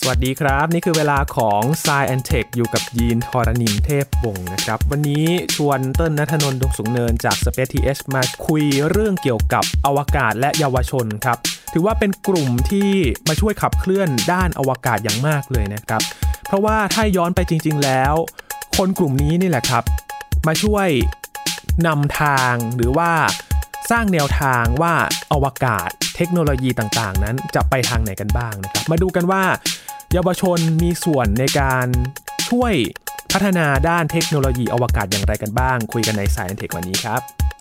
สวัสดีครับนี่คือเวลาของ Science and Tech อยู่กับยีนทรณินเทพวงศ์นะครับวันนี้ชวนเติ้ลณัฐนนท์ ดวงสูงเนินจาก Space TH มาคุยเรื่องเกี่ยวกับอวกาศและเยาวชนครับถือว่าเป็นกลุ่มที่มาช่วยขับเคลื่อนด้านอวกาศอย่างมากเลยนะครับเพราะว่าถ้าย้อนไปจริงๆแล้วคนกลุ่มนี้นี่แหละครับมาช่วยนำทางหรือว่าสร้างแนวทางว่าอวกาศเทคโนโลยีต่างๆนั้นจะไปทางไหนกันบ้างนะครับมาดูกันว่าเยาวชนมีส่วนในการช่วยพัฒนาด้านเทคโนโลยีอวกาศอย่างไรกันบ้างคุยกันใน Science Tech วันนี้ครับ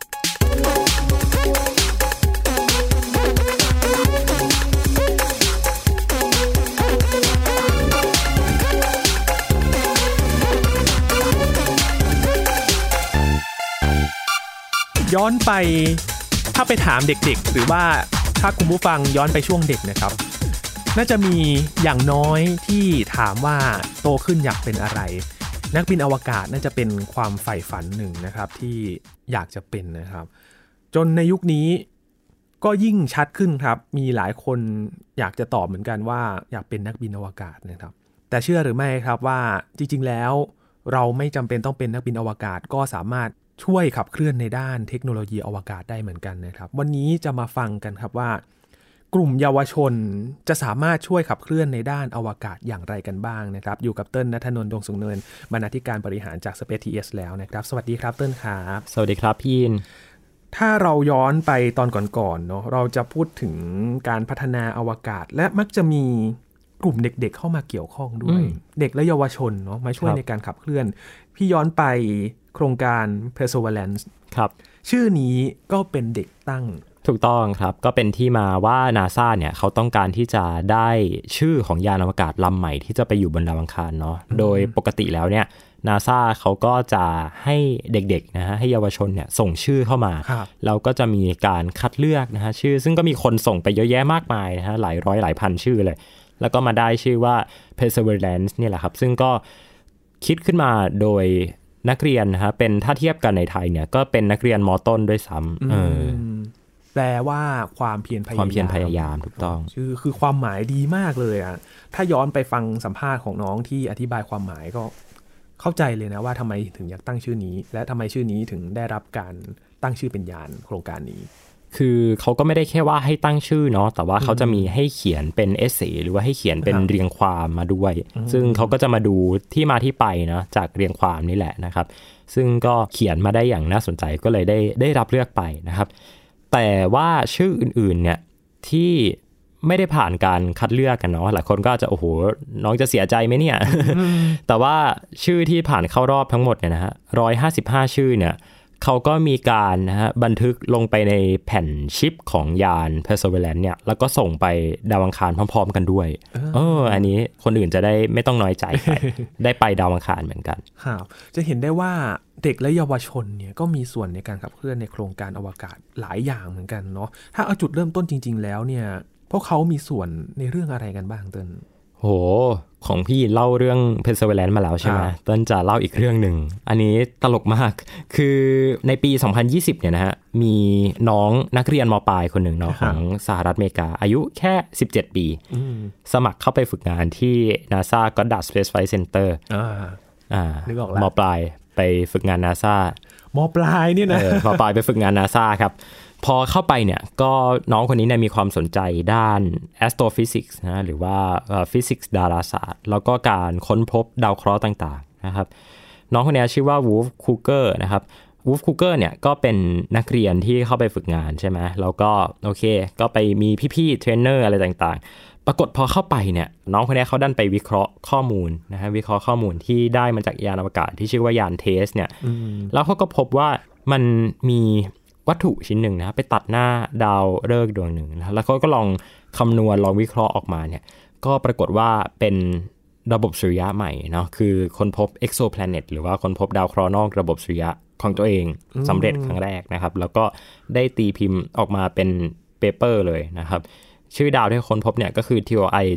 ย้อนไปถ้าไปถามเด็กๆหรือว่าถ้าคุณผู้ฟังย้อนไปช่วงเด็กนะครับน่าจะมีอย่างน้อยที่ถามว่าโตขึ้นอยากเป็นอะไรนักบินอวกาศน่าจะเป็นความใฝ่ฝันหนึ่งนะครับที่อยากจะเป็นนะครับจนในยุคนี้ก็ยิ่งชัดขึ้นครับมีหลายคนอยากจะตอบเหมือนกันว่าอยากเป็นนักบินอวกาศนะครับแต่เชื่อหรือไม่ครับว่าจริงๆแล้วเราไม่จำเป็นต้องเป็นนักบินอวกาศก็สามารถช่วยขับเคลื่อนในด้านเทคโนโลยีอวกาศได้เหมือนกันนะครับวันนี้จะมาฟังกันครับว่ากลุ่มเยาวชนจะสามารถช่วยขับเคลื่อนในด้านอวกาศอย่างไรกันบ้างนะครับอยู่กับเติ้ลณัฐนนท์ ดวงสูงเนินบรรณาธิการบริหารจาก Space TH แล้วนะครับสวัสดีครับเติ้ลครับสวัสดีครับพี่ยินถ้าเราย้อนไปตอนก่อนๆเนาะเราจะพูดถึงการพัฒนาอวกาศและมักจะมีกลุ่มเด็กๆเข้ามาเกี่ยวข้องด้วยเด็กและเยาวชนเนาะมาช่วยในการขับเคลื่อนพี่ย้อนไปโครงการ Perseverance ครับชื่อนี้ก็เป็นเด็กตั้งถูกต้องครับก็เป็นที่มาว่า NASA เนี่ยเขาต้องการที่จะได้ชื่อของยานอวกาศลำใหม่ที่จะไปอยู่บนดาวอังคารเนาะโดยปกติแล้วเนี่ย NASA เขาก็จะให้เด็กๆนะฮะให้เยาวชนเนี่ยส่งชื่อเข้ามาแล้วก็จะมีการคัดเลือกนะฮะชื่อซึ่งก็มีคนส่งไปเยอะแยะมากมายนะฮะหลายร้อยหลายพันชื่อเลยแล้วก็มาได้ชื่อว่า Perseverance เนี่ยแหละครับซึ่งก็คิดขึ้นมาโดยนักเรียนนะฮะเป็นถ้าเทียบกันในไทยเนี่ยก็เป็นนักเรียนม.ต้นด้วยซ้ำแปลว่าความเพียรพยายามถูกต้องคือความหมายดีมากเลยอ่ะถ้าย้อนไปฟังสัมภาษณ์ของน้องที่อธิบายความหมายก็เข้าใจเลยนะว่าทำไมถึงอยากตั้งชื่อนี้และทำไมชื่อนี้ถึงได้รับการตั้งชื่อเป็นยานโครงการนี้คือเขาก็ไม่ได้แค่ว่าให้ตั้งชื่อเนาะแต่ว่าเขาจะมีให้เขียนเป็นเอเซหรือว่าให้เขียนเป็นเรียงความมาด้วยซึ่งเขาก็จะมาดูที่มาที่ไปเนาะจากเรียงความนี่แหละนะครับซึ่งก็เขียนมาได้อย่างน่าสนใจก็เลยได้รับเลือกไปนะครับแต่ว่าชื่ออื่นๆเนี่ยที่ไม่ได้ผ่านการคัดเลือกกันเนาะหลายคนก็จะโอ้โหน้องจะเสียใจไหมเนี่ย แต่ว่าชื่อที่ผ่านเข้ารอบทั้งหมดเนี่ยนะฮะ155ชื่อเนี่ยเขาก็มีการนะฮะบันทึกลงไปในแผ่นชิปของยาน Perseverance เนี่ยแล้วก็ส่งไปดาวอังคารพร้อมๆกันด้วยอันนี้คนอื่นจะได้ไม่ต้องน้อยใจไป ได้ไปดาวอังคารเหมือนกันครับจะเห็นได้ว่าเด็กและเยาวชนเนี่ยก็มีส่วนในการขับเคลื่อนในโครงการอวกาศหลายอย่างเหมือนกันเนาะถ้าเอาจุดเริ่มต้นจริงๆแล้วเนี่ยพวกเขามีส่วนในเรื่องอะไรกันบ้างเติ้ลโหของพี่เล่าเรื่อง Perseverance มาแล้วใช่ไหมเติ้ลจะเล่าอีกเรื่องหนึ่งอันนี้ตลกมากคือในปี2020เนี่ยนะฮะมีน้องนักเรียนม.ปลายคนหนึ่งเนาะของสหรัฐอเมริกาอายุแค่17ปีสมัครเข้าไปฝึกงานที่ NASA Goddard Space Flight Center ม.ปลายไปฝึกงาน NASA ม.ปลายเนี่ยนะม.ปลายไปฝึกงาน NASA ครับพอเข้าไปเนี่ยก็น้องคนนี้เนี่ยมีความสนใจด้าน astrophysics นะหรือว่าphysics ดาราศาสตร์แล้วก็การค้นพบดาวเคราะห์ต่างๆนะครับน้องคนนี้ชื่อว่า Wolf Cooker นะครับ Wolf Cooker เนี่ยก็เป็นนักเรียนที่เข้าไปฝึกงานใช่ไหมแล้วก็โอเคก็ไปมีพี่ๆเทรนเนอร์อะไรต่างๆปรากฏพอเข้าไปเนี่ยน้องคนนี้เขาดันไปวิเคราะห์ข้อมูลนะฮะวิเคราะห์ข้อมูลที่ได้มาจากยานอวกาศที่ชื่อว่ายานเทสเนี่ยแล้วเขาก็พบว่ามันมีวัตถุชิ้นหนึ่งนะไปตัดหน้าดาวฤกษ์ดวงหนึ่งนะแล้วเขาก็ลองคำนวณลองวิเคราะห์ออกมาเนี่ยก็ปรากฏว่าเป็นระบบสุริยะใหม่เนาะคือค้นพบ exoplanet หรือว่าค้นพบดาวเคราะห์นอกระบบสุริยะของตัวเองสำเร็จครั้งแรกนะครับแล้วก็ได้ตีพิมพ์ออกมาเป็นเปเปอร์เลยนะครับชื่อดาวที่ค้นพบเนี่ยก็คือ TOI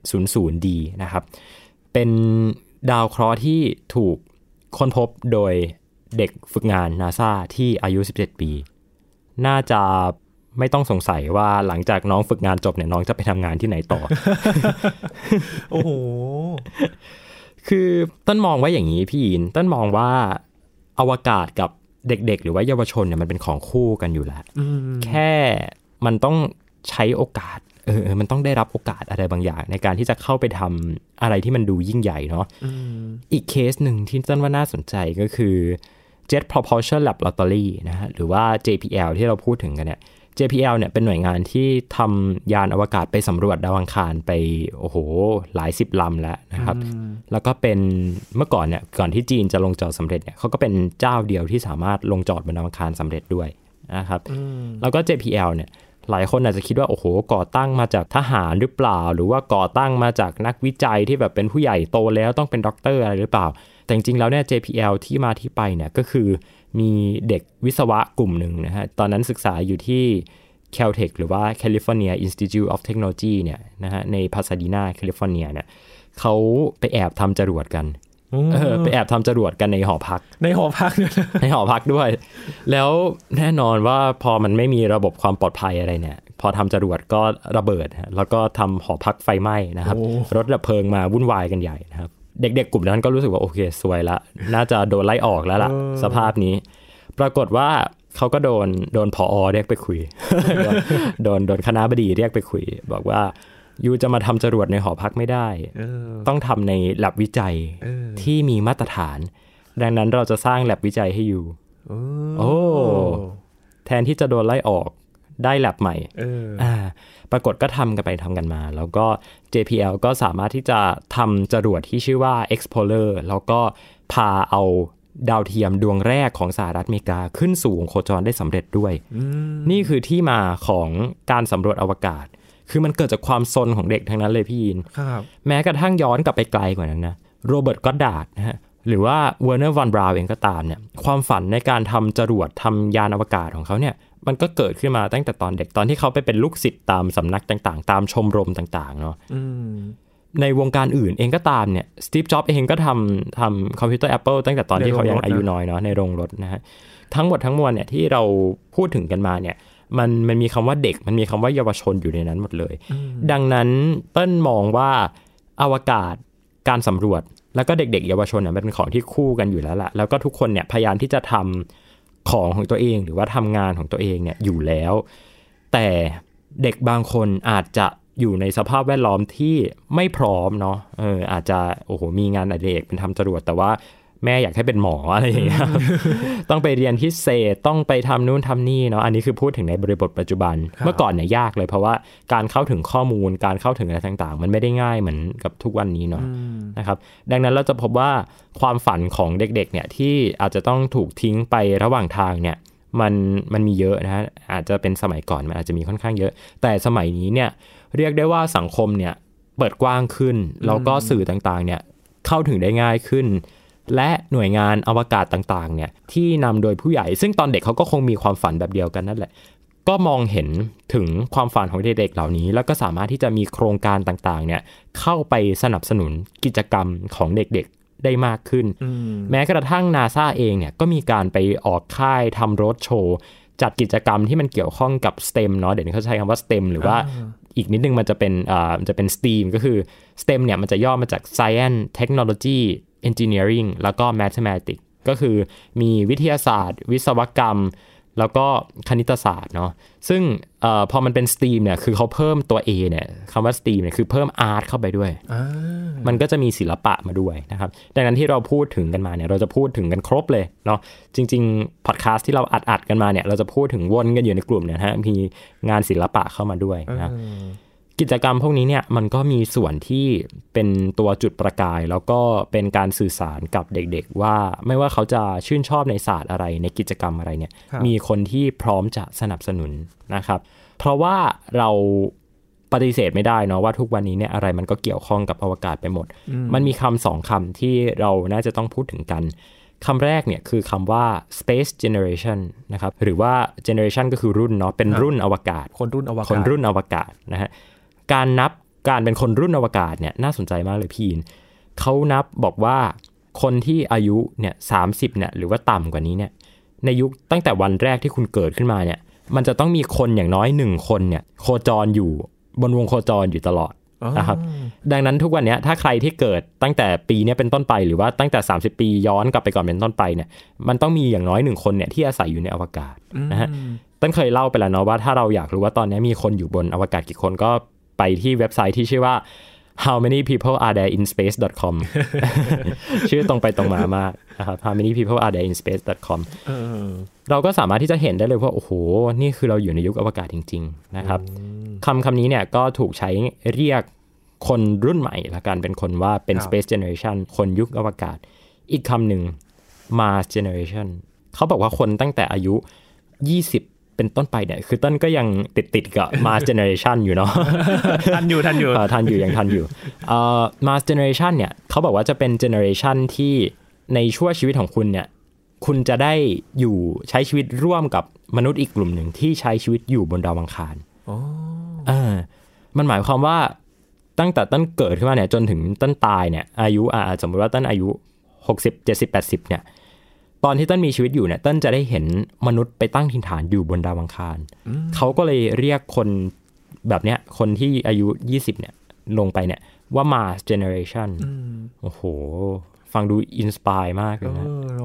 700d นะครับเป็นดาวเคราะห์ที่ถูกค้นพบโดยเด็กฝึกงาน NASA ที่อายุ17ปีน่าจะไม่ต้องสงสัยว่าหลังจากน้องฝึกงานจบเนี่ยน้องจะไปทำงานที่ไหนต่อโอ้โหคือต้นมองว่าอย่างนี้พี่อินต้นมองว่าอวกาศกับเด็กๆหรือว่าเยาวชนเนี่ยมันเป็นของคู่กันอยู่แล้วแค่มันต้องใช้โอกาสมันต้องได้รับโอกาสอะไรบางอย่างในการที่จะเข้าไปทำอะไรที่มันดูยิ่งใหญ่เนาะอีกเคสหนึ่งที่ต้นว่าน่าสนใจก็คือ Jet Propulsion Laboratory นะฮะหรือว่า JPL ที่เราพูดถึงกันเนี่ย JPL เนี่ยเป็นหน่วยงานที่ทำยานอวกาศไปสำรวจดาวอังคารไปโอ้โหหลาย10ลำแล้วนะครับแล้วก็เป็นเมื่อก่อนเนี่ยก่อนที่จีนจะลงจอดสำเร็จเนี่ยเขาก็เป็นเจ้าเดียวที่สามารถลงจอดบนดาวอังคารสำเร็จด้วยนะครับแล้วก็ JPL เนี่ยหลายคนอาจจะคิดว่าโอ้โหก่อตั้งมาจากทหารหรือเปล่าหรือว่าก่อตั้งมาจากนักวิจัยที่แบบเป็นผู้ใหญ่โตแล้วต้องเป็นด็อกเตอร์อะไรหรือเปล่าแต่จริงๆแล้วเนี่ย JPL ที่มาที่ไปเนี่ยก็คือมีเด็กวิศวะกลุ่มหนึ่งนะฮะตอนนั้นศึกษาอยู่ที่ Caltech หรือว่า California Institute of Technology เนี่ยนะฮะในพาซาดีนาแคลิฟอร์เนียเนี่ยเขาไปแอบทำจรวดกันไปแอบทำจรวดกันในหอพักในหอพักด้วยในหอพักด้วยแล้วแน่นอนว่าพอมันไม่มีระบบความปลอดภัยอะไรเนี่ยพอทำจรวดก็ระเบิดแล้วก็ทำหอพักไฟไหม้นะครับรถดับเพลิงมาวุ่นวายกันใหญ่นะครับเด็กๆกลุ่มนั้นก็รู้สึกว่าโอเคซวยละน่าจะโดนไล่ออกแล้วล่ะสภาพนี้ปรากฏว่าเขาก็โดนผอ.เรียกไปคุย โดนคณบดีเรียกไปคุยบอกว่ายูจะมาทำจรวดในหอพักไม่ได้ต้องทำใน lab วิจัยที่มีมาตรฐานดังนั้นเราจะสร้าง lab วิจัยให้ยูโอ้แทนที่จะโดนไล่ออกได้ lab ใหม่ปรากฏก็ทำกันไปทำกันมาแล้วก็ JPL ก็สามารถที่จะทำจรวดที่ชื่อว่า Explorer แล้วก็พาเอาดาวเทียมดวงแรกของสหรัฐอเมริกาขึ้นสู่วงโคจรได้สำเร็จด้วยนี่คือที่มาของการสำรวจอวกาศคือมันเกิดจากความซนของเด็กทั้งนั้นเลยพี่ยินแม้กระทั่งย้อนกลับไปไกลกว่านั้นนะโรเบิร์ตก็อดดาร์ดนะฮะหรือว่าเวอร์เนอร์วอนบราวน์เองก็ตามเนี่ยความฝันในการทำจรวดทำยานอวกาศของเขาเนี่ยมันก็เกิดขึ้นมาตั้งแต่ตอนเด็กตอนที่เขาไปเป็นลูกศิษย์ตามสำนักต่างๆตามชมรมต่างๆเนาะในวงการอื่นเองก็ตามเนี่ยสตีฟจ็อบส์เองก็ทำคอมพิวเตอร์ Apple ตั้งแต่ตอนที่เขายังอายุน้อยเนาะในโรงรถนะฮะทั้งหมดทั้งมวลเนี่ยที่เราพูดถึงกันมาเนี่ยมันมีคำว่าเด็กมันมีคำว่าเยาวชนอยู่ในนั้นหมดเลยดังนั้นเต้นมองว่าอวกาศการสำรวจแล้วก็เด็กๆเยาวชนเนี่ยมันเป็นของที่คู่กันอยู่แล้วล่ะแล้วก็ทุกคนเนี่ยพยายามที่จะทำของของตัวเองหรือว่าทำงานของตัวเองเนี่ยอยู่แล้วแต่เด็กบางคนอาจจะอยู่ในสภาพแวดล้อมที่ไม่พร้อมเนาะอาจจะโอ้โหมีงานอดิเรกเป็นทำจรวดแต่ว่าแม่อยากให้เป็นหมออะไรอย่างเงี้ย ต้องไปเรียนพิเศษต้องไปทำนู่นทำนี่เนาะอันนี้คือพูดถึงในบริบทปัจจุบันเมื่อก่อนเนี่ยยากเลยเพราะว่าการเข้าถึงข้อมูลการเข้าถึงอะไรต่างๆมันไม่ได้ง่ายเหมือนกับทุกวันนี้เนาะนะครับดังนั้นเราจะพบว่าความฝันของเด็กๆเนี่ยที่อาจจะต้องถูกทิ้งไประหว่างทางเนี่ยมันมีเยอะนะฮะอาจจะเป็นสมัยก่อนมันอาจจะมีค่อนข้างเยอะแต่สมัยนี้เนี่ยเรียกได้ว่าสังคมเนี่ยเปิดกว้างขึ้นแล้วก็สื่อต่างๆเนี่ยเข้าถึงได้ง่ายขึ้นและหน่วยงานอวกาศต่างๆเนี่ยที่นำโดยผู้ใหญ่ซึ่งตอนเด็กเขาก็คงมีความฝันแบบเดียวกันนั่นแหละก็มองเห็นถึงความฝันของเด็กๆเหล่านี้แล้วก็สามารถที่จะมีโครงการต่างๆเนี่ยเข้าไปสนับสนุนกิจกรรมของเด็กๆได้มากขึ้นแม้กระทั่ง NASA เองเนี่ยก็มีการไปออกค่ายทำโรดโชว์จัดกิจกรรมที่มันเกี่ยวข้องกับ STEM เนาะเดี๋ยวนี้เขาใช้คำว่า STEM หรือว่าอีกนิดนึงมันจะเป็น STEAM ก็คือ STEM เนี่ยมันจะย่อมาจาก Science Technology Engineering แล้วก็ Mathematics ก็คือมีวิทยาศาสตร์วิศวกรรมแล้วก็คณิตศาสตร์เนาะซึ่งพอมันเป็น STEAM เนี่ยคือเขาเพิ่มตัว A เนี่ยคำว่า STEAM เนี่ยคือเพิ่ม Art เข้าไปด้วยมันก็จะมีศิลปะมาด้วยนะครับดังนั้นที่เราพูดถึงกันมาเนี่ยเราจะพูดถึงกันครบเลยเนาะจริงๆพอดแคสต์ที่เราอัดกันมาเนี่ยเราจะพูดถึงวนกันอยู่ในกลุ่มเนี่ยฮะมีงานศิลปะเข้ามาด้วยนะกิจกรรมพวกนี้เนี่ยมันก็มีส่วนที่เป็นตัวจุดประกายแล้วก็เป็นการสื่อสารกับเด็กๆว่าไม่ว่าเขาจะชื่นชอบในศาสตร์อะไรในกิจกรรมอะไรเนี่ยมีคนที่พร้อมจะสนับสนุนนะครับเพราะว่าเราปฏิเสธไม่ได้เนาะว่าทุกวันนี้เนี่ยอะไรมันก็เกี่ยวข้องกับอวกาศไปหมดมันมีคำสองคำที่เราน่าจะต้องพูดถึงกันคำแรกเนี่ยคือคำว่า space generation นะครับหรือว่า generation ก็คือรุ่นเนาะเป็นรุ่นอวกาศคนรุ่นอวกาศนะฮะการนับการเป็นคนรุ่นอวกาศเนี่ยน่าสนใจมากเลยพี่เขานับบอกว่าคนที่อายุเนี่ย30เนี่ยหรือว่าต่ำกว่านี้เนี่ยในยุคตั้งแต่วันแรกที่คุณเกิดขึ้นมาเนี่ยมันจะต้องมีคนอย่างน้อย1คนเนี่ยโคจรอยู่บนวงโคจรอยู่ตลอดนะครับดังนั้นทุกวันนี้ถ้าใครที่เกิดตั้งแต่ปีนี้เป็นต้นไปหรือว่าตั้งแต่30ปีย้อนกลับไปก่อนเป็นต้นไปเนี่ยมันต้องมีอย่างน้อย1คนเนี่ยที่อาศัยอยู่ในอวกาศนะฮะต้นเคยเล่าไปแล้วเนาะว่าถ้าเราอยากรู้ว่าตอนนี้มีคนอยู่บนอวกาศกี่คนก็ไปที่เว็บไซต์ที่ชื่อว่า how many people are there in space.com ชื่อตรงไปตรงมามากนะครับ how many people are there in space.com เราก็สามารถที่จะเห็นได้เลยว่าโอ้โหนี่คือเราอยู่ในยุคอวกาศจริงๆนะครับคำนี้เนี่ยก็ถูกใช้เรียกคนรุ่นใหม่ละกันเป็นคนว่าเป็น space generation คนยุคอวกาศอีกคำหนึ่ง Mars generation เขาบอกว่าคนตั้งแต่อายุ20เป็นต้นไปเนี่ยคือต้นก็ยังติดกับ Mars generation อยู่เนาะทันอยู่ยังทันอยู่ Mars generation เนี่ยเขาบอกว่าจะเป็น generation ที่ในช่วงชีวิตของคุณเนี่ยคุณจะได้อยู่ใช้ชีวิตร่วมกับมนุษย์อีกกลุ่มหนึ่งที่ใช้ชีวิตอยู่บนดาวอังคารมันหมายความว่าตั้งแต่ต้นเกิดขึ้นมาเนี่ยจนถึงต้นตายเนี่ยอายุสมมติว่าต้นอายุ60 70 80เนี่ยตอนที่ต้นมีชีวิตอยู่เนี่ยต้นจะได้เห็นมนุษย์ไปตั้งถิ่นฐานอยู่บนดาวอังคารเขาก็เลยเรียกคนแบบเนี้ยคนที่อายุ20เนี่ยลงไปเนี่ยว่า Mars generation โอ้โหฟังดูอินสปายมากเลยนะ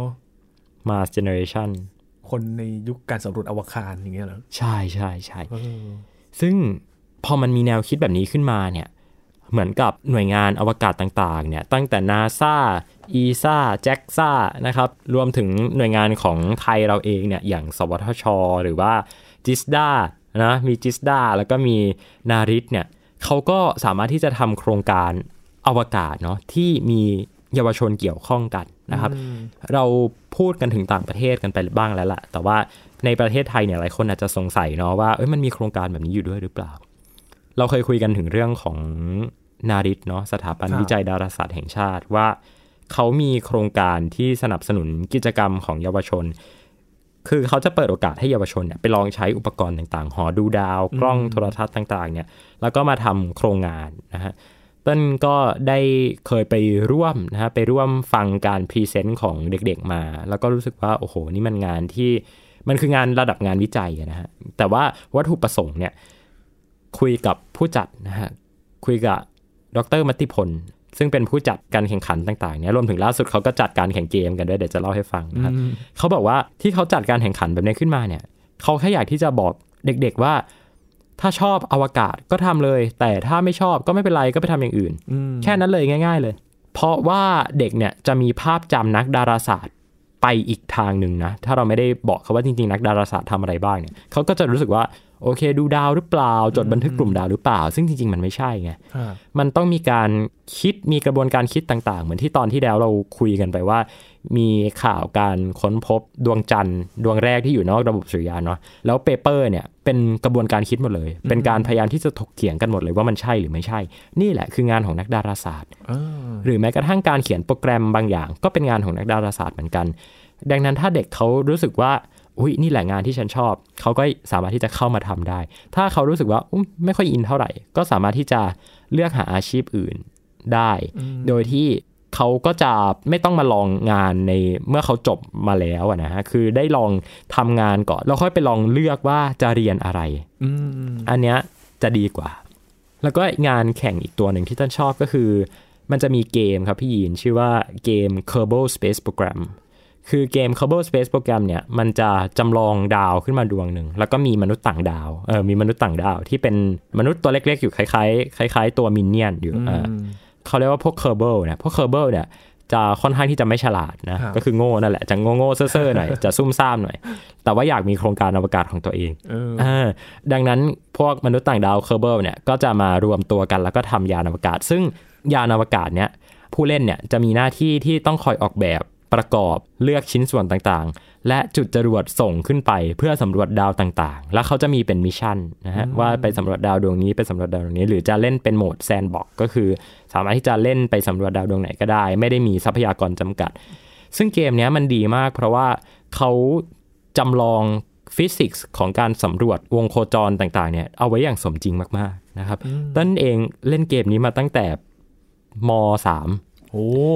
Mars generation คนในยุคการสำรวจอวกาศอย่างเงี้ยเหรอใช่ซึ่งพอมันมีแนวคิดแบบนี้ขึ้นมาเนี่ยเหมือนกับหน่วยงานอวกาศต่างๆเนี่ยตั้งแต่ NASA ESA JAXA นะครับรวมถึงหน่วยงานของไทยเราเองเนี่ยอย่างสวทช.หรือว่า JISDA นะมี JISDA แล้วก็มีนาริตเนี่ยเขาก็สามารถที่จะทำโครงการอวกาศเนาะที่มีเยาวชนเกี่ยวข้องกันนะครับเราพูดกันถึงต่างประเทศกันไปบ้างแล้วล่ะแต่ว่าในประเทศไทยเนี่ยหลายคนอาจจะสงสัยเนาะว่ามันมีโครงการแบบนี้อยู่ด้วยหรือเปล่าเราเคยคุยกันถึงเรื่องของนาริตเนาะสถาบันวิจัยดาราศาสตร์แห่งชาติว่าเขามีโครงการที่สนับสนุนกิจกรรมของเยาวชนคือเขาจะเปิดโอกาสให้เยาวชนเนี่ยไปลองใช้อุปกรณ์ต่างๆหอดูดาวกล้องโทรทัศน์ต่างๆเนี่ยแล้วก็มาทำโครงงานนะฮะต้นก็ได้เคยไปร่วมนะฮะไปร่วมฟังการพรีเซนต์ของเด็กๆมาแล้วก็รู้สึกว่าโอ้โหนี่มันงานที่มันคืองานระดับงานวิจัยนะฮะแต่ว่าวัตถุประสงค์เนี่ยคุยกับผู้จัดนะฮะคุยกับดร.มัตติพลซึ่งเป็นผู้จัดการแข่งขันต่างๆเนี่ยรวมถึงล่าสุดเขาก็จัดการแข่งเกมกันด้วยเดี๋ยวจะเล่าให้ฟังนะครับเขาบอกว่าที่เขาจัดการแข่งขันแบบนี้ขึ้นมาเนี่ยเขาแค่อยากที่จะบอกเด็กๆว่าถ้าชอบอวกาศก็ทำเลยแต่ถ้าไม่ชอบก็ไม่เป็นไรก็ไปทำอย่างอื่นแค่นั้นเลยง่ายๆเลยเพราะว่าเด็กเนี่ยจะมีภาพจำนักดาราศาสตร์ไปอีกทางนึงนะถ้าเราไม่ได้บอกเขาว่าจริงๆนักดาราศาสตร์ทำอะไรบ้างเนี่ยเขาก็จะรู้สึกว่าโอเคดูดาวหรือเปล่าจดบันทึกกลุ่มดาวหรือเปล่าซึ่งจริงๆมันไม่ใช่ไงมันต้องมีการคิดมีกระบวนการคิดต่างๆเหมือนที่ตอนที่แล้วเราคุยกันไปว่ามีข่าวการค้นพบดวงจันทร์ดวงแรกที่อยู่นอกระบบสุริยะเนาะแล้วเปเปอร์เนี่ยเป็นกระบวนการคิดหมดเลยเป็นการพยายามที่จะถกเถียงกันหมดเลยว่ามันใช่หรือไม่ใช่นี่แหละคืองานของนักดาราศาสตร์หรือแม้กระทั่งการเขียนโปรแกรมบางอย่างก็เป็นงานของนักดาราศาสตร์เหมือนกันดังนั้นถ้าเด็กเขารู้สึกว่าอุ๊ยนี่แหละงานที่ฉันชอบเขาก็สามารถที่จะเข้ามาทำได้ถ้าเขารู้สึกว่าไม่ค่อยอินเท่าไหร่ก็สามารถที่จะเลือกหาอาชีพอื่นได้โดยที่เขาก็จะไม่ต้องมาลองงานในเมื่อเขาจบมาแล้วนะฮะคือได้ลองทำงานก่อนแล้วค่อยไปลองเลือกว่าจะเรียนอะไรอันเนี้ยจะดีกว่าแล้วก็งานแข่งอีกตัวหนึ่งที่ต้นชอบก็คือมันจะมีเกมครับพี่ยีนชื่อว่าเกม Kerbal Space Programคือเกม Kerbal Space Program เนี่ยมันจะจำลองดาวขึ้นมาดวงหนึ่งแล้วก็มีมนุษย์ต่างดาวมีมนุษย์ต่างดาวที่เป็นมนุษย์ตัวเล็กๆอยู่คล้ายๆตัวมินเนี่ยนอยู่เขาเรียกว่าพวก Kerbal เนี่ยพวก Kerbal เนี่ยจะค่อนข้างที่จะไม่ฉลาดนะก็คือโง่นั่นแหละจะโง่ๆเซ่อๆหน่อยจะซุ่มซ่ามหน่อยแต่ว่าอยากมีโครงการอวกาศของตัวเองดังนั้นพวกมนุษย์ต่างดาว Kerbal เนี่ยก็จะมารวมตัวกันแล้วก็ทำยานอวกาศซึ่งยานอวกาศเนี่ยผู้เล่นเนี่ยจะมีหน้าที่ที่ต้องคอยออกแบบประกอบเลือกชิ้นส่วนต่างๆและจุดจรวดส่งขึ้นไปเพื่อสำรวจดาวต่างๆแล้วเขาจะมีเป็นมิชชั่นนะฮะว่าไปสำรวจดาวดวงนี้ไปสำรวจดาวดวงนี้หรือจะเล่นเป็นโหมดแซนด์บ็อกซ์ก็คือสามารถที่จะเล่นไปสำรวจดาวดวงไหนก็ได้ไม่ได้มีทรัพยากรจำกัดซึ่งเกมนี้มันดีมากเพราะว่าเขาจำลองฟิสิกส์ของการสำรวจวงโคจรต่างๆเนี่ยเอาไว้อย่างสมจริงมากๆนะครับต้นเองเล่นเกมนี้มาตั้งแต่ม.3 โอ้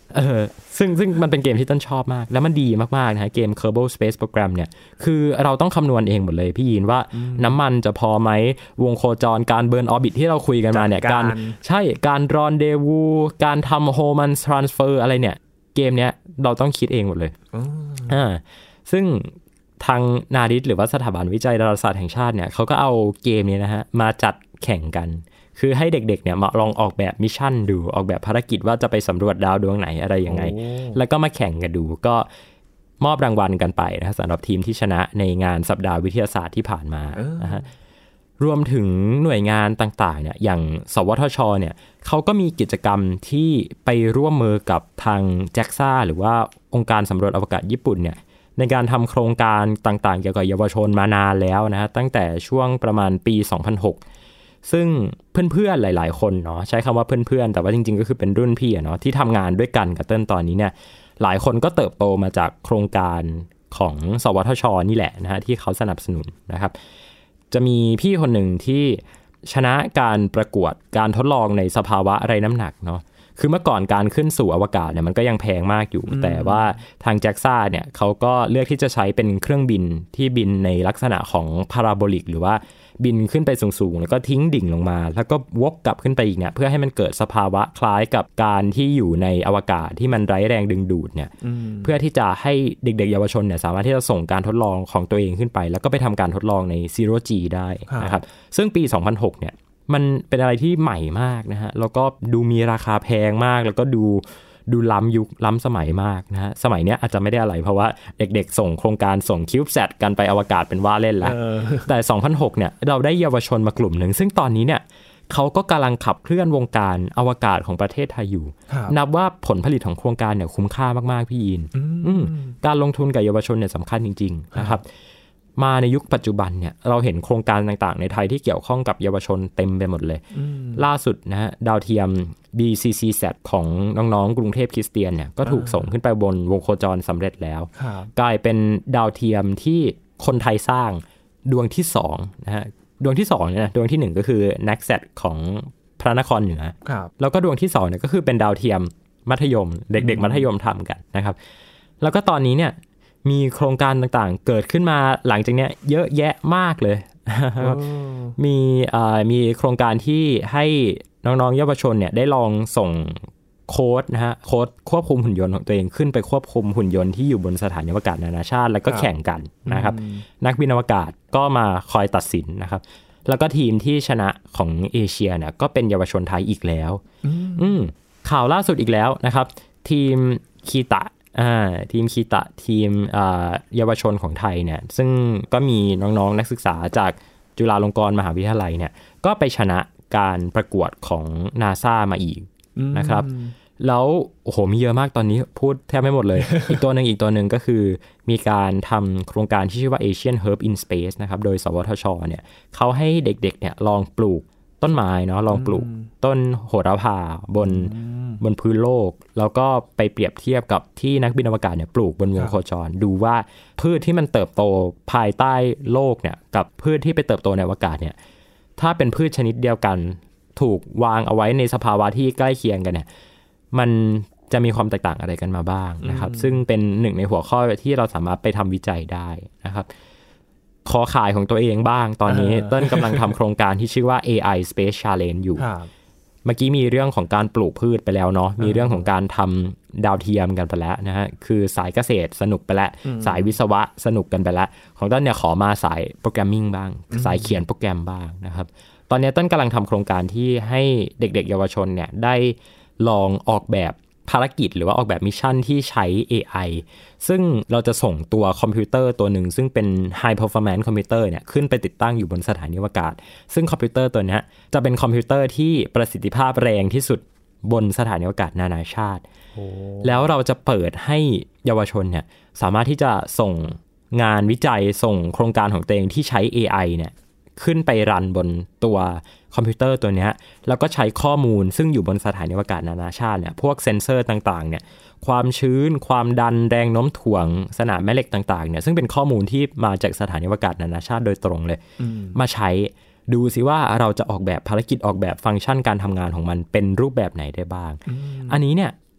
ซึ่งมันเป็นเกมที่ต้นชอบมากแล้วมันดีมากๆนะฮะเกม Kerbal Space Program เนี่ยคือเราต้องคำนวณเองหมดเลยพี่ยินว่าน้ำมันจะพอไหมวงโคจรการเบิร์นออร์บิทที่เราคุยกันมาเนี่ยการรอนเดวูการทำโฮมันทรานสเฟอร์อะไรเนี่ยเกมเนี้ยเราต้องคิดเองหมดเลยซึ่งทางนาริตหรือว่าสถาบันวิจัยดาราศาสตร์แห่งชาติเนี่ยเขาก็เอาเกมนี้นะฮะมาจัดแข่งกันคือให้เด็กๆเนี่ยมาลองออกแบบมิชชั่นดูออกแบบภารกิจว่าจะไปสำรวจดาวดวงไหนอะไรยังไงแล้วก็มาแข่งกันดูก็มอบรางวัลกันไปนะสำหรับทีมที่ชนะในงานสัปดาห์วิทยาศาสตร์ที่ผ่านมานะฮะรวมถึงหน่วยงานต่างๆเนี่ยอย่างสวทช.เนี่ยเขาก็มีกิจกรรมที่ไปร่วมมือกับทาง JAXA หรือว่าองค์การสำรวจอวกาศญี่ปุ่นเนี่ยในการทำโครงการต่างๆเกี่ยวกับเยาวชนมานานแล้วนะฮะตั้งแต่ช่วงประมาณปี 2006 ซึ่งเพื่อนๆหลายๆคนเนาะใช้คำว่าเพื่อนๆแต่ว่าจริงๆก็คือเป็นรุ่นพี่เนาะที่ทำงานด้วยกันกับเติ้ลตอนนี้เนี่ยหลายคนก็เติบโตมาจากโครงการของสวทช.นี่แหละนะฮะที่เขาสนับสนุนนะครับจะมีพี่คนหนึ่งที่ชนะการประกวดการทดลองในสภาวะไร้น้ำหนักเนาะคือเมื่อก่อนการขึ้นสู่อวกาศเนี่ยมันก็ยังแพงมากอยู่แต่ว่าทาง JAXA เนี่ยเขาก็เลือกที่จะใช้เป็นเครื่องบินที่บินในลักษณะของพาราโบลิกหรือว่าบินขึ้นไปสูงๆแล้วก็ทิ้งดิ่งลงมาแล้วก็วกกลับขึ้นไปอีกเนี่ยเพื่อให้มันเกิดสภาวะคล้ายกับการที่อยู่ในอวกาศที่มันไร้แรงดึงดูดเนี่ยเพื่อที่จะให้เด็กๆเยาวชนเนี่ยสามารถที่จะส่งการทดลองของตัวเองขึ้นไปแล้วก็ไปทำการทดลองใน Zero G ได้นะครับซึ่งปี 2006 เนี่ยมันเป็นอะไรที่ใหม่มากนะฮะแล้วก็ดูมีราคาแพงมากแล้วก็ดูล้ำยุคล้ำสมัยมากนะฮะสมัยเนี้ยอาจจะไม่ได้อะไรเพราะว่าเด็กๆส่งโครงการส่ง CubeSat กันไปอวกาศเป็นว่าเล่นแล้วแต่ 2006 เนี่ยเราได้เยาวชนมากลุ่มหนึ่งซึ่งตอนนี้เนี่ยเขาก็กำลังขับเคลื่อนวงการอวกาศของประเทศไทยอยู่นับว่าผลผลิตของโครงการเนี่ยคุ้มค่ามากๆพี่ยินการลงทุนกับเยาวชนเนี่ยสำคัญจริงๆนะครับมาในยุคปัจจุบันเนี่ยเราเห็นโครงการต่างๆในไทยที่เกี่ยวข้องกับเยาวชนเต็มไปหมดเลยล่าสุดนะฮะดาวเทียม BCCSat ของน้องๆกรุงเทพคริสเตียนเนี่ยก็ถูกส่งขึ้นไปบนวงโคจรสำเร็จแล้วกลายเป็นดาวเทียมที่คนไทยสร้างดวงที่2นะฮะดวงที่2เนี่ยดวงที่1ก็คือ NACSat ของพระนครเหนือแล้วก็ดวงที่2เนี่ยก็คือเป็นดาวเทียมมัธยมเด็กๆมัธยมทำกันนะครับแล้วก็ตอนนี้เนี่ยมีโครงการต่างๆเกิดขึ้นมาหลังจากเนี้ยเยอะแยะมากเลยมีโครงการที่ให้น้องๆเยาวชนเนี่ยได้ลองส่งโค้ดนะฮะโค้ดควบคุมหุ่นยนต์ของตัวเองขึ้นไปควบคุมหุ่นยนต์ที่อยู่บนสถานีอวกาศนานาชาติแล้วก็แข่งกันนะครับนักบินอวกาศก็มาคอยตัดสินนะครับแล้วก็ทีมที่ชนะของเอเชียเนี่ยก็เป็นเยาวชนไทยอีกแล้วข่าวล่าสุดอีกแล้วนะครับทีมคีตะทีมเยาวชนของไทยเนี่ยซึ่งก็มีน้องๆนักศึกษาจากจุฬาลงกรณ์มหาวิทยาลัยเนี่ยก็ไปชนะการประกวดของ NASA มาอีกนะครับแล้วโอ้โหมีเยอะมากตอนนี้พูดแทบไม่หมดเลย อีกตัวหนึ่งก็คือมีการทำโครงการที่ชื่อว่า Asian Herb in Space นะครับโดยสวทช.เนี่ยเขาให้เด็กๆเนี่ยลองปลูกต้นไม้เนาะลองปลูกต้นโหระพาบนพื้นโลกแล้วก็ไปเปรียบเทียบกับที่นักบินอวกาศเนี่ยปลูกบนวงโคจรดูว่าพืชที่มันเติบโตภายใต้โลกเนี่ยกับพืชที่ไปเติบโตในอวกาศเนี่ยถ้าเป็นพืชชนิดเดียวกันถูกวางเอาไว้ในสภาวะที่ใกล้เคียงกันเนี่ยมันจะมีความแตกต่างอะไรกันมาบ้างนะครับซึ่งเป็นหนึ่งในหัวข้อที่เราสามารถไปทำวิจัยได้นะครับขอขายของตัวเองบ้างตอนนี้เต้นกำลังทำโครงการที่ชื่อว่า AI Space Challenge อยู่เมื่อกี้มีเรื่องของการปลูกพืชไปแล้วเนาะมีเรื่องของการทำดาวเทียมกันไปแล้วนะฮะคือสายเกษตรสนุกไปแล้วสายวิศวะสนุกกันไปแล้วของต้นเนี่ยขอมาสายโปรแกรมมิ่งบ้างสายเขียนโปรแกรมบ้างนะครับตอนนี้ต้นกำลังทำโครงการที่ให้เด็กๆเยาวชนเนี่ยได้ลองออกแบบภารกิจหรือว่าออกแบบมิชชั่นที่ใช้ AI ซึ่งเราจะส่งตัวคอมพิวเตอร์ตัวหนึ่งซึ่งเป็น High Performance คอมพิวเตอร์เนี่ยขึ้นไปติดตั้งอยู่บนสถานีอวกาศซึ่งคอมพิวเตอร์ตัวนี้จะเป็นคอมพิวเตอร์ที่ประสิทธิภาพแรงที่สุดบนสถานีอวกาศนานาชาติแล้วเราจะเปิดให้เยาวชนเนี่ยสามารถที่จะส่งงานวิจัยส่งโครงการของตัวเองที่ใช้ AI เนี่ยขึ้นไปรันบนตัวคอมพิวเตอร์ตัวนี้แล้วก็ใช้ข้อมูลซึ่งอยู่บนสถานีอวกาศนานาชาติเนี่ยพวกเซ็นเซอร์ต่างๆเนี่ยความชื้นความดันแรงโน้มถ่วงสนามแม่เหล็กต่างๆเนี่ยซึ่งเป็นข้อมูลที่มาจากสถานีอวกาศนานาชาติโดยตรงเลยมาใช้ดูสิว่าเราจะออกแบบภารกิจออกแบบฟังก์ชันการทำงานของมันเป็นรูปแบบไหนได้บ้างอันนี้เนี่ย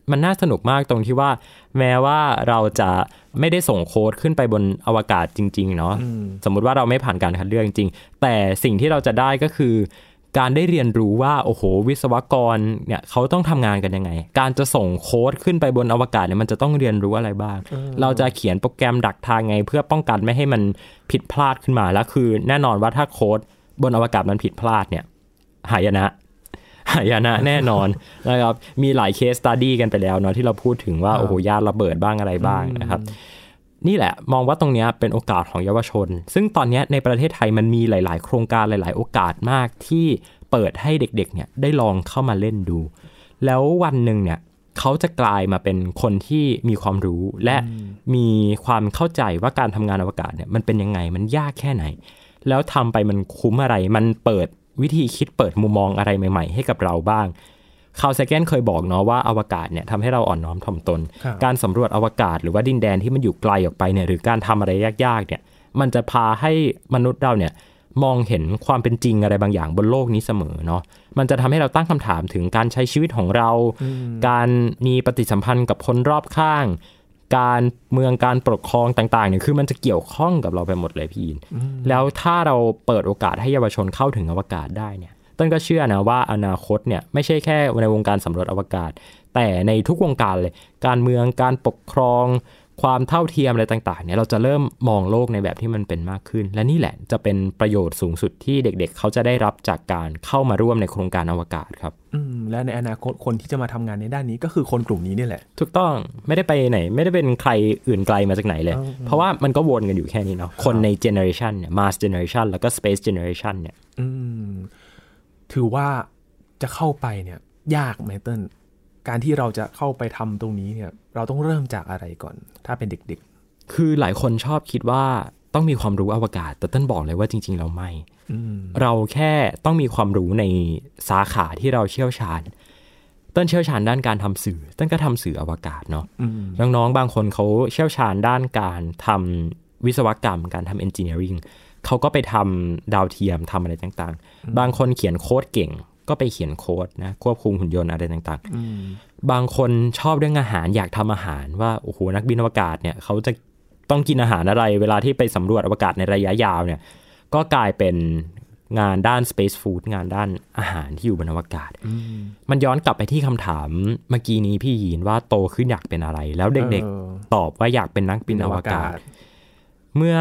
มันน่าสนุกมากตรงที่ว่าแม้ว่าเราจะไม่ได้ส่งโค้ดขึ้นไปบนอวกาศจริงๆเนาะสมมุติว่าเราไม่ผ่านการคัดเลือกจริงๆแต่สิ่งที่เราจะได้ก็คือการได้เรียนรู้ว่าโอ้โหวิศวกรเนี่ยเขาต้องทำงานกันยังไงการจะส่งโค้ดขึ้นไปบนอวกาศเนี่ยมันจะต้องเรียนรู้อะไรบ้างเราจะเขียนโปรแกรมดักทางไงเพื่อป้องกันไม่ให้มันผิดพลาดขึ้นมาแล้วคือแน่นอนว่าถ้าโค้ดบนอวกาศมันผิดพลาดเนี่ยหายนะแน่นอนนะครับมีหลายเคสสตั๊ดดี้กันไปแล้วเนาะที่เราพูดถึงว่าโอ้โหยานระเบิดบ้างอะไรบ้างนะครับนี่แหละมองว่าตรงนี้เป็นโอกาสของเยาวชนซึ่งตอนนี้ในประเทศไทยมันมีหลายๆโครงการหลายๆโอกาสมากที่เปิดให้เด็กๆเนี่ยได้ลองเข้ามาเล่นดูแล้ววันหนึ่งเนี่ยเขาจะกลายมาเป็นคนที่มีความรู้และมีความเข้าใจว่าการทำงานอวกาศเนี่ยมันเป็นยังไงมันยากแค่ไหนแล้วทำไปมันคุ้มอะไรมันเปิดวิธีคิดเปิดมุมมองอะไรใหม่ๆให้กับเราบ้างคาร์ล แซแกนเคยบอกเนาะว่าอวกาศเนี่ยทำให้เราอ่อนน้อมถ่อมตนการสำรวจอวกาศหรือว่าดินแดนที่มันอยู่ไกลออกไปเนี่ยหรือการทำอะไรยากๆเนี่ยมันจะพาให้มนุษย์เราเนี่ยมองเห็นความเป็นจริงอะไรบางอย่างบนโลกนี้เสมอเนาะมันจะทำให้เราตั้งคำถามถึงการใช้ชีวิตของเราการมีปฏิสัมพันธ์กับคนรอบข้างการเมืองการปกครองต่างๆเนี่ยคือมันจะเกี่ยวข้องกับเราไปหมดเลยพี่อินแล้วถ้าเราเปิดโอกาสให้เยาวชนเข้าถึงอวกาศได้เนี่ยต้นก็เชื่อนะว่าอนาคตเนี่ยไม่ใช่แค่ในวงการสำรวจอวกาศแต่ในทุกวงการเลยการเมืองการปกครองความเท่าเทียมอะไรต่างๆเนี่ยเราจะเริ่มมองโลกในแบบที่มันเป็นมากขึ้นและนี่แหละจะเป็นประโยชน์สูงสุดที่เด็กๆเขาจะได้รับจากการเข้ามาร่วมในโครงการอวกาศครับและในอนาคตคนที่จะมาทำงานในด้านนี้ก็คือคนกลุ่มนี้นี่แหละถูกต้องไม่ได้ไปไหนไม่ได้เป็นใครอื่นไกลมาจากไหนเลยเพราะว่ามันก็วนกันอยู่แค่นี้เนาะคนในเจเนอเรชันเนี่ย Mars Generation แล้วก็ Space Generation เนี่ยถือว่าจะเข้าไปเนี่ยยากไหมเติ้ลการที่เราจะเข้าไปทำตรงนี้เนี่ยเราต้องเริ่มจากอะไรก่อนถ้าเป็นเด็กๆคือหลายคนชอบคิดว่าต้องมีความรู้อวกาศแต่เติ้ลบอกเลยว่าจริงๆเราไม่เราแค่ต้องมีความรู้ในสาขาที่เราเชี่ยวชาญเติ้ลเชี่ยวชาญด้านการทำสื่อเติ้ลก็ทำสื่ออวกาศเนาะน้องๆบางคนเขาเชี่ยวชาญด้านการทำวิศวกรรมการทำ engineering เขาก็ไปทำดาวเทียมทำอะไรต่างๆบางคนเขียนโค้ดเก่งก็ไปเขียนโค้ดนะควบคุมหุ่นยนต์อะไรต่างๆบางคนชอบเรื่องอาหารอยากทำอาหารว่าโอ้โหนักบินอวกาศเนี่ยเขาจะต้องกินอาหารอะไรเวลาที่ไปสำรวจอวกาศในระยะยาวเนี่ยก็กลายเป็นงานด้าน space food งานด้านอาหารที่อยู่บนอวกาศมันย้อนกลับไปที่คำถามเมื่อกี้นี้พี่ยีนว่าโตขึ้นอยากเป็นอะไรแล้วเด็กๆตอบว่าอยากเป็นนักบินอวกาศเมื่อ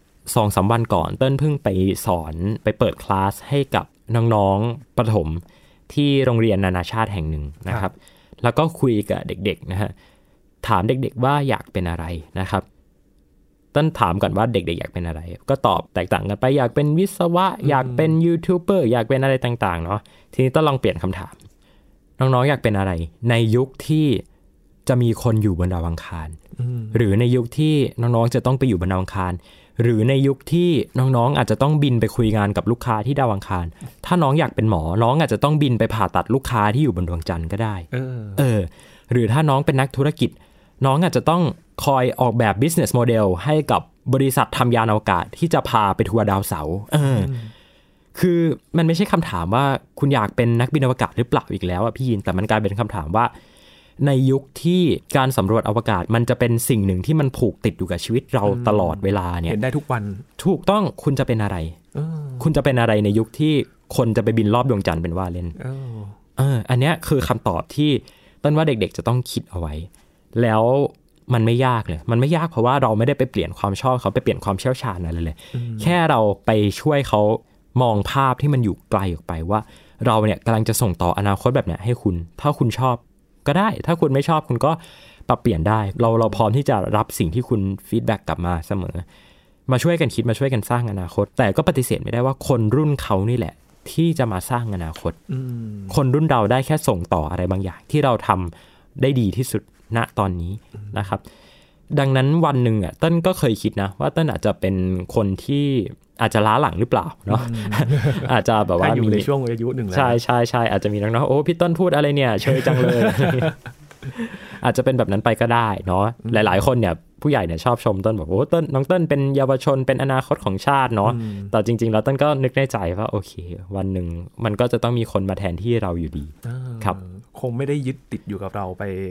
2-3 วันก่อนเติ้ลเพิ่งไปสอนไปเปิดคลาสให้กับน้องๆประถมที่โรงเรียนนานาชาติแห่งหนึ่งนะครับแล้วก็คุยกับเด็กๆนะฮะถามเด็กๆว่าอยากเป็นอะไรนะครับต้นถามก่อนว่าเด็กๆอยากเป็นอะไรก็ตอบแตกต่างกันไปอยากเป็นวิศวะอยากเป็นยูทูบเบอร์อยากเป็นอะไรต่างๆเนาะทีนี้ต้องลองเปลี่ยนคำถามน้องๆอยากเป็นอะไรในยุคที่จะมีคนอยู่บนดาวอังคารหรือในยุคที่น้องๆจะต้องไปอยู่บนดาวอังคารหรือในยุคที่น้องๆอาจจะต้องบินไปคุยงานกับลูกค้าที่ดาวอังคารถ้าน้องอยากเป็นหมอน้องอาจจะต้องบินไปผ่าตัดลูกค้าที่อยู่บนดวงจันทร์ก็ได้หรือถ้าน้องเป็นนักธุรกิจน้องอาจจะต้องคอยออกแบบ business model ให้กับบริษัททำยานอวกาศที่จะพาไปทัวร์ดาวเสาร์คือมันไม่ใช่คำถามว่าคุณอยากเป็นนักบินอวกาศหรือเปล่าอีกแล้วอ่ะพี่ยินแต่มันกลายเป็นคำถามว่าในยุคที่การสำรวจอวกาศมันจะเป็นสิ่งหนึ่งที่มันผูกติดอยู่กับชีวิตเราตลอดเวลาเนี่ยเห็นได้ทุกวันถูกต้องคุณจะเป็นอะไรคุณจะเป็นอะไรในยุคที่คนจะไปบินรอบดวงจันทร์เป็นว่าเล่นอันนี้คือคำตอบที่ต้นว่าเด็กๆจะต้องคิดเอาไว้แล้วมันไม่ยากเลยมันไม่ยากเพราะว่าเราไม่ได้ไปเปลี่ยนความชอบเขาไปเปลี่ยนความเชี่ยวชาญอะไรเลยแค่เราไปช่วยเขามองภาพที่มันอยู่ไกลออกไปว่าเราเนี่ยกำลังจะส่งต่ออนาคตแบบเนี้ยให้คุณถ้าคุณชอบก็ได้ถ้าคุณไม่ชอบคุณก็ปรับเปลี่ยนได้เราพร้อมที่จะรับสิ่งที่คุณฟีดแบ็กกลับมาเสมอมาช่วยกันคิดมาช่วยกันสร้างอนาคตแต่ก็ปฏิเสธไม่ได้ว่าคนรุ่นเขานี่แหละที่จะมาสร้างอนาคตคนรุ่นเราได้แค่ส่งต่ออะไรบางอย่างที่เราทำได้ดีที่สุดณตอนนี้นะครับดังนั้นวันหนึ่งอ่ะเต้นก็เคยคิดนะว่าเต้นอาจจะเป็นคนที่อาจจะล้าหลังหรือเปล่าเนาะ อาจจะแบบว่าอยู่ในช่วงอายุหนึ่งแล้วใช่อาจจะมีน้องๆโอ้พี่ต้นพูดอะไรเนี่ยเชยจังเลย อาจจะเป็นแบบนั้นไปก็ได้เนาะหลายๆคนเนี่ยผู้ใหญ่เนี่ยชอบชมต้นบอกโอ้ต้นน้องต้นเป็นเยาวชนเป็นอนาคตของชาติเนาะแต่จริงๆแล้วต้นก็นึกในใจว่าโอเควันหนึ่งมันก็จะต้องมีคนมาแทนที่เราอยู่ดีครับคงไม่ได้ยึดติดอยู่กับเราไป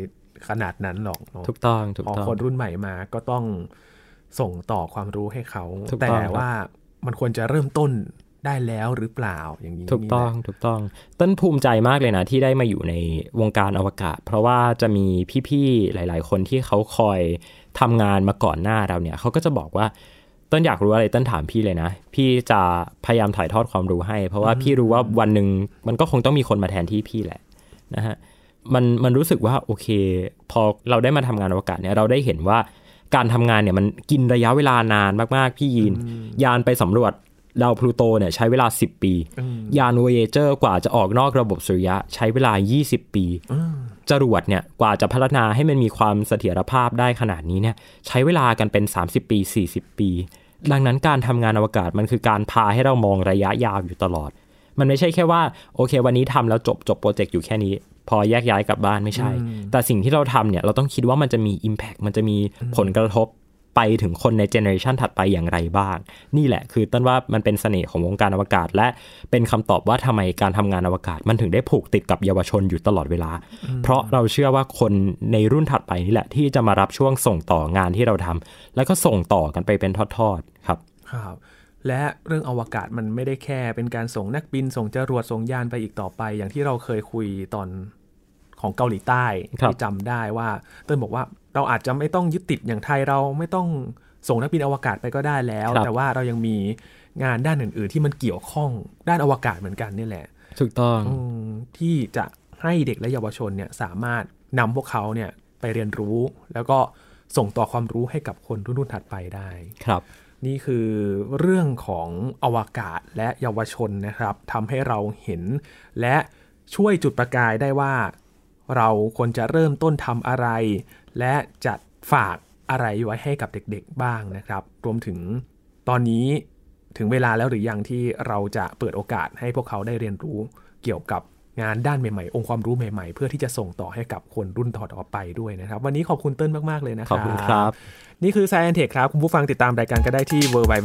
ขนาดนั้นหรอกเนาะถูกต้องคนรุ่นใหม่มาก็ต้องส่งต่อความรู้ให้เขาแต่ว่ามันควรจะเริ่มต้นได้แล้วหรือเปล่าอย่างนี้ถูกต้องต้นภูมิใจมากเลยนะที่ได้มาอยู่ในวงการอวกาศเพราะว่าจะมีพี่ๆหลายๆคนที่เขาคอยทำงานมาก่อนหน้าเราเนี่ยเขาก็จะบอกว่าต้นอยากรู้อะไรต้นถามพี่เลยนะพี่จะพยายามถ่ายทอดความรู้ให้เพราะว่าพี่รู้ว่าวันหนึ่งมันก็คงต้องมีคนมาแทนที่พี่แหละนะฮะมันรู้สึกว่าโอเคพอเราได้มาทำงานอวกาศเนี่ยเราได้เห็นว่าการทำงานเนี่ยมันกินระยะเวลานานมากๆพี่ยีนยานไปสำรวจดาวพลูโตเนี่ยใช้เวลา10ปียาน Voyager กว่าจะออกนอกระบบสุริยะใช้เวลา20ปีจรวดเนี่ยกว่าจะพัฒนาให้มันมีความเสถียรภาพได้ขนาดนี้เนี่ยใช้เวลากันเป็น30ปี40ปีดังนั้นการทำงานอวกาศมันคือการพาให้เรามองระยะยาวอยู่ตลอดมันไม่ใช่แค่ว่าโอเควันนี้ทำแล้วจบโปรเจกต์อยู่แค่นี้พอแยกย้ายกลับบ้านไม่ใช่แต่สิ่งที่เราทำเนี่ยเราต้องคิดว่ามันจะมี impact มันจะมีผลกระทบไปถึงคนในเจเนอเรชันถัดไปอย่างไรบ้างนี่แหละคือต้นว่ามันเป็นเสน่ห์ของวงการอวกาศและเป็นคำตอบว่าทำไมการทำงานอวกาศมันถึงได้ผูกติดกับเยาวชนอยู่ตลอดเวลาเพราะเราเชื่อว่าคนในรุ่นถัดไปนี่แหละที่จะมารับช่วงส่งต่องานที่เราทำแล้วก็ส่งต่อกันไปเป็นทอดๆครับและเรื่องอวกาศมันไม่ได้แค่เป็นการส่งนักบินส่งจรวดส่งยานไปอีกต่อไปอย่างที่เราเคยคุยตอนของเกาหลีใต้ที่จำได้ว่าเติ้ลบอกว่าเราอาจจะไม่ต้องยึดติดอย่างไทยเราไม่ต้องส่งนักบินอวกาศไปก็ได้แล้วแต่ว่าเรายังมีงานด้านอื่นๆที่มันเกี่ยวข้องด้านอวกาศเหมือนกันนี่แหละถูกต้องที่จะให้เด็กและเยาวชนเนี่ยสามารถนำพวกเขาเนี่ยไปเรียนรู้แล้วก็ส่งต่อความรู้ให้กับคนรุ่นถัดไปได้ครับนี่คือเรื่องของอวกาศและเยาวชนนะครับทำให้เราเห็นและช่วยจุดประกายได้ว่าเราควรจะเริ่มต้นทำอะไรและจัดฝากอะไรไว้ให้กับเด็กๆบ้างนะครับรวมถึงตอนนี้ถึงเวลาแล้วหรือยังที่เราจะเปิดโอกาสให้พวกเขาได้เรียนรู้เกี่ยวกับงานด้านใหม่ๆองค์ความรู้ใหม่ๆเพื่อที่จะส่งต่อให้กับคนรุ่นต่อไปด้วยนะครับวันนี้ขอบคุณเติ้ลมากๆเลยนะครับขอบคุณครับนี่คือ Science Tech ครับคุณผู้ฟังติดตามรายการก็ได้ที่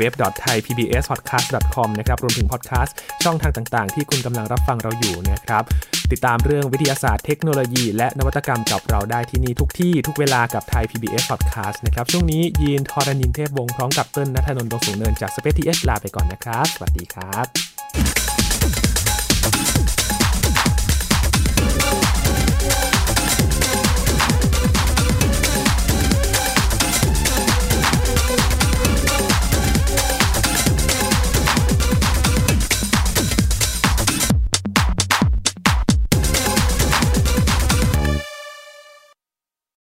www.thaipbspodcast.com นะครับรวมถึงพอดแคสต์ช่องทางต่างๆที่คุณกำลังรับฟังเราอยู่นะครับติดตามเรื่องวิทยาศาสตร์เทคโนโลยีและนวัตกรรมกับเราได้ที่นี่ทุกที่ทุกเวลากับ Thai PBS Podcast นะครับช่วงนี้ยีนทรณินเทพวงศ์พร้อมกับเติ้ลณัฐนนท์ ดวงสูงเนินจาก Space TH ลาไปก่อนนะครับสวัสดีครับ